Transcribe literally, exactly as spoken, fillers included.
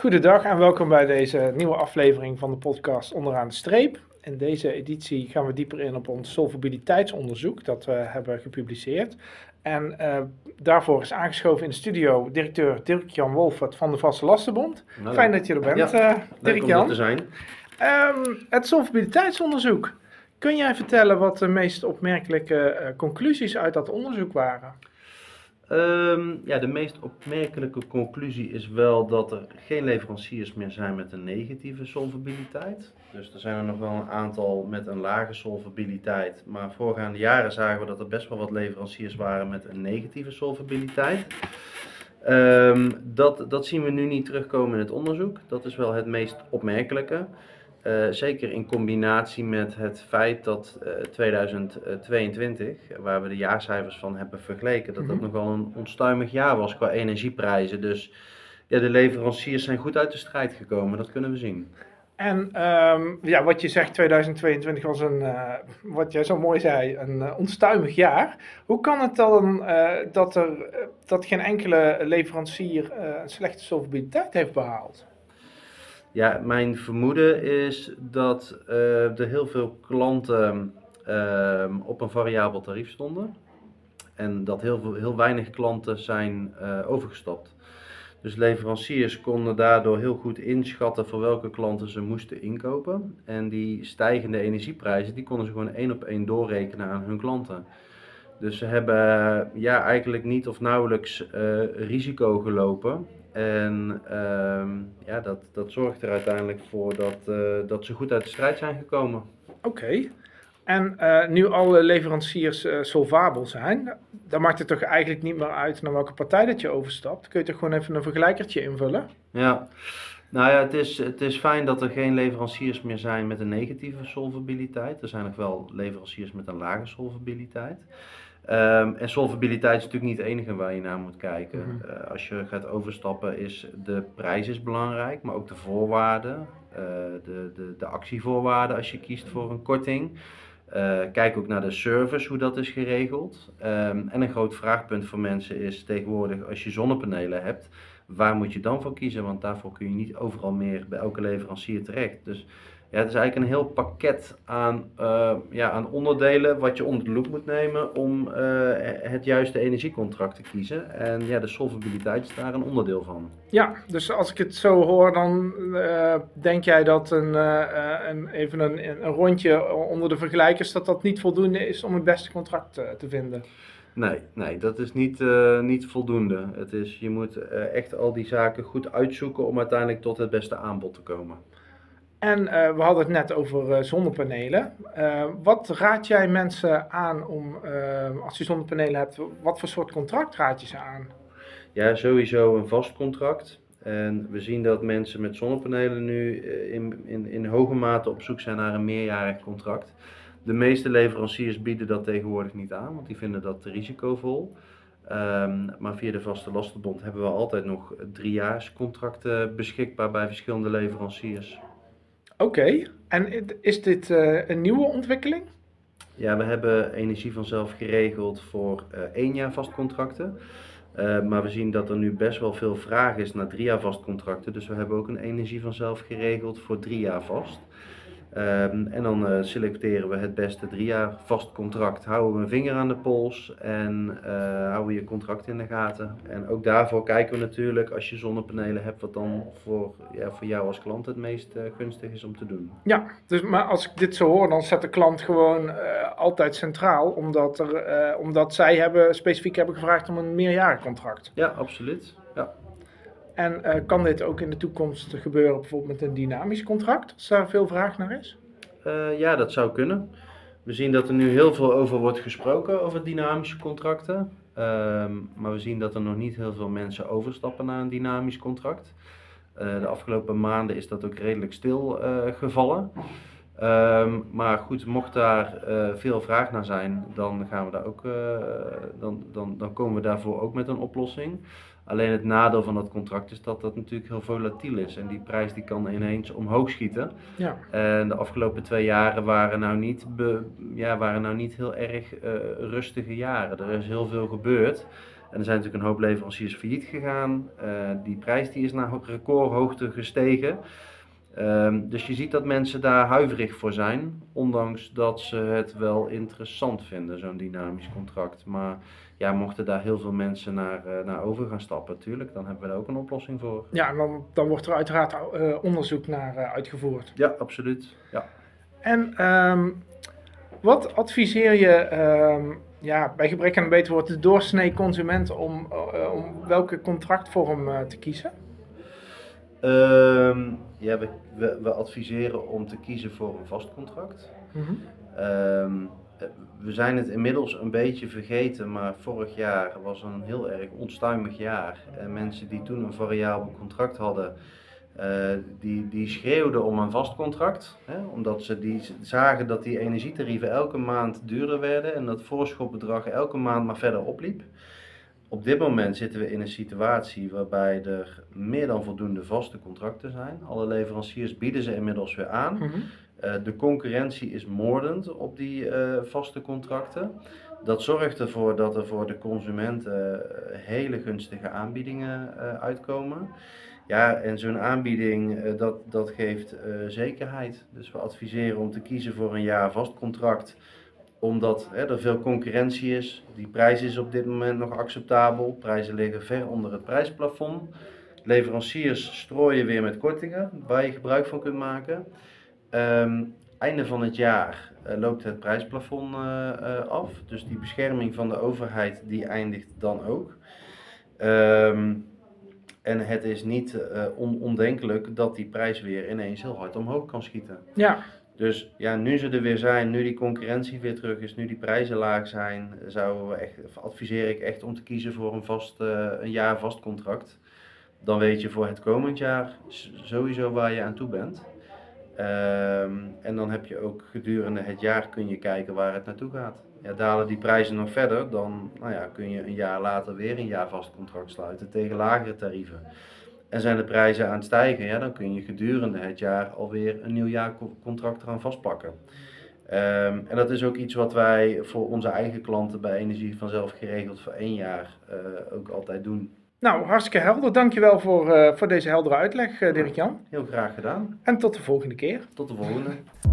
Goedendag en welkom bij deze nieuwe aflevering van de podcast Onderaan de Streep. In deze editie gaan we dieper in op ons solvabiliteitsonderzoek dat we hebben gepubliceerd. En uh, daarvoor is aangeschoven in de studio directeur Dirk-Jan Wolfert van de Vaste Lastenbond. Nou, Fijn dat je er bent, ja, uh, Dirk-Jan. Leuk om te zijn. Um, het solvabiliteitsonderzoek. Kun jij vertellen wat de meest opmerkelijke uh, conclusies uit dat onderzoek waren? Um, ja, de meest opmerkelijke conclusie is wel dat er geen leveranciers meer zijn met een negatieve solvabiliteit. Dus er zijn er nog wel een aantal met een lage solvabiliteit. Maar voorgaande jaren zagen we dat er best wel wat leveranciers waren met een negatieve solvabiliteit. Um, dat, dat zien we nu niet terugkomen in het onderzoek. Dat is wel het meest opmerkelijke. Uh, zeker in combinatie met het feit dat uh, tweeduizend tweeëntwintig, waar we de jaarcijfers van hebben vergeleken, dat dat mm-hmm. nogal een onstuimig jaar was qua energieprijzen. Dus ja, de leveranciers zijn goed uit de strijd gekomen, dat kunnen we zien. En um, ja, wat je zegt, tweeduizend tweeëntwintig was een, uh, wat jij zo mooi zei, een uh, onstuimig jaar. Hoe kan het dan uh, dat, er, uh, dat geen enkele leverancier uh, een slechte solvabiliteit heeft behaald? Ja, mijn vermoeden is dat uh, er heel veel klanten uh, op een variabel tarief stonden. En dat heel, veel, heel weinig klanten zijn uh, overgestapt. Dus leveranciers konden daardoor heel goed inschatten voor welke klanten ze moesten inkopen. En die stijgende energieprijzen, die konden ze gewoon één op één doorrekenen aan hun klanten. Dus ze hebben ja, eigenlijk niet of nauwelijks uh, risico gelopen. En uh, ja, dat, dat zorgt er uiteindelijk voor dat, uh, dat ze goed uit de strijd zijn gekomen. Oké. Okay. En uh, nu alle leveranciers uh, solvabel zijn, dan maakt het toch eigenlijk niet meer uit naar welke partij dat je overstapt. Kun je toch gewoon even een vergelijkertje invullen? Ja, nou ja, het is, het is fijn dat er geen leveranciers meer zijn met een negatieve solvabiliteit. Er zijn nog wel leveranciers met een lage solvabiliteit. Um, en solvabiliteit is natuurlijk niet het enige waar je naar moet kijken. Mm-hmm. Uh, als je gaat overstappen is de prijs is belangrijk, maar ook de voorwaarden, uh, de, de, de actievoorwaarden als je kiest voor een korting. Uh, kijk ook naar de service, hoe dat is geregeld. Um, en een groot vraagpunt voor mensen is tegenwoordig als je zonnepanelen hebt, waar moet je dan voor kiezen? Want daarvoor kun je niet overal meer bij elke leverancier terecht. Dus ja, het is eigenlijk een heel pakket aan, uh, ja, aan onderdelen wat je onder de loep moet nemen om uh, het juiste energiecontract te kiezen. En ja, de solvabiliteit is daar een onderdeel van. Ja, dus als ik het zo hoor, dan uh, denk jij dat een, uh, een, even een, een rondje onder de vergelijkers, dat dat niet voldoende is om het beste contract uh, te vinden? Nee, nee, dat is niet, uh, niet voldoende. Het is, je moet uh, echt al die zaken goed uitzoeken om uiteindelijk tot het beste aanbod te komen. En uh, we hadden het net over uh, zonnepanelen. Uh, wat raad jij mensen aan om, uh, als je zonnepanelen hebt, wat voor soort contract raad je ze aan? Ja, sowieso een vast contract. En we zien dat mensen met zonnepanelen nu in, in, in hoge mate op zoek zijn naar een meerjarig contract. De meeste leveranciers bieden dat tegenwoordig niet aan, want die vinden dat risicovol. Um, maar via de Vaste Lastenbond hebben we altijd nog driejaarscontracten beschikbaar bij verschillende leveranciers. Oké, okay. En is dit uh, een nieuwe ontwikkeling? Ja, we hebben Energie Vanzelf geregeld voor uh, één jaar vastcontracten. Uh, maar we zien dat er nu best wel veel vraag is naar drie jaar vastcontracten. Dus we hebben ook een Energie Vanzelf geregeld voor drie jaar vast. Um, en dan uh, selecteren we het beste drie jaar vast contract. Houden we een vinger aan de pols en uh, houden we je contract in de gaten. En ook daarvoor kijken we natuurlijk, als je zonnepanelen hebt, wat dan voor, ja, voor jou als klant het meest uh, gunstig is om te doen. Ja, dus, maar als ik dit zo hoor, dan zet de klant gewoon uh, altijd centraal, omdat, er, uh, omdat zij hebben, specifiek hebben gevraagd om een meerjarig contract. Ja, absoluut. Ja. En uh, kan dit ook in de toekomst gebeuren bijvoorbeeld met een dynamisch contract, als daar veel vraag naar is? Uh, ja, dat zou kunnen. We zien dat er nu heel veel over wordt gesproken, over dynamische contracten. Uh, maar we zien dat er nog niet heel veel mensen overstappen naar een dynamisch contract. Uh, de afgelopen maanden is dat ook redelijk stil uh, gevallen. Uh, maar goed, mocht daar uh, veel vraag naar zijn, dan, gaan we daar ook, uh, dan, dan, dan komen we daarvoor ook met een oplossing. Alleen het nadeel van dat contract is dat dat natuurlijk heel volatiel is en die prijs die kan ineens omhoog schieten. Ja. En de afgelopen twee jaren waren nou niet, be, ja, waren nou niet heel erg uh, rustige jaren. Er is heel veel gebeurd En er zijn natuurlijk een hoop leveranciers failliet gegaan. Uh, die prijs die is naar recordhoogte gestegen. Um, dus je ziet dat mensen daar huiverig voor zijn, ondanks dat ze het wel interessant vinden, zo'n dynamisch contract. Maar ja, mochten daar heel veel mensen naar, uh, naar over gaan stappen, natuurlijk, dan hebben we daar ook een oplossing voor. Ja, en dan, dan wordt er uiteraard uh, onderzoek naar uh, uitgevoerd. Ja, absoluut. Ja. En um, wat adviseer je, um, ja, bij gebrek aan een beter woord, de doorsnee consument om, uh, om welke contractvorm uh, te kiezen? Um, ja, we, we, we adviseren om te kiezen voor een vast contract. Mm-hmm. Um, we zijn het inmiddels een beetje vergeten, maar vorig jaar was een heel erg onstuimig jaar. En mensen die toen een variabel contract hadden, uh, die, die schreeuwden om een vast contract. Hè, omdat ze die zagen dat die energietarieven elke maand duurder werden en dat voorschotbedrag elke maand maar verder opliep. Op dit moment zitten we in een situatie waarbij er meer dan voldoende vaste contracten zijn. Alle leveranciers bieden ze inmiddels weer aan. Mm-hmm. Uh, de concurrentie is moordend op die uh, vaste contracten. Dat zorgt ervoor dat er voor de consumenten uh, hele gunstige aanbiedingen uh, uitkomen. Ja, en zo'n aanbieding uh, dat, dat geeft uh, zekerheid. Dus we adviseren om te kiezen voor een jaar vast contract, omdat hè, er veel concurrentie is. Die prijs is op dit moment nog acceptabel. Prijzen liggen ver onder het prijsplafond. Leveranciers strooien weer met kortingen waar je gebruik van kunt maken. Um, einde van het jaar uh, loopt het prijsplafond uh, uh, af. Dus die bescherming van de overheid die eindigt dan ook. Um, en het is niet uh, on- ondenkelijk dat die prijs weer ineens heel hard omhoog kan schieten. Ja. Dus ja, nu ze er weer zijn, nu die concurrentie weer terug is, nu die prijzen laag zijn, zouden we echt, adviseer ik echt om te kiezen voor een, vast, uh, een jaar vast contract. Dan weet je voor het komend jaar sowieso waar je aan toe bent. Um, en dan heb je ook gedurende het jaar kun je kijken waar het naartoe gaat. Ja, dalen die prijzen nog verder, dan nou ja, kun je een jaar later weer een jaar vast contract sluiten tegen lagere tarieven. En zijn de prijzen aan het stijgen, ja, dan kun je gedurende het jaar alweer een nieuw jaarcontract eraan vastpakken. Um, en dat is ook iets wat wij voor onze eigen klanten bij Energie Vanzelf geregeld voor één jaar uh, ook altijd doen. Nou, hartstikke helder. Dankjewel voor, uh, voor deze heldere uitleg, uh, Dirk-Jan. Heel graag gedaan. En tot de volgende keer. Tot de volgende.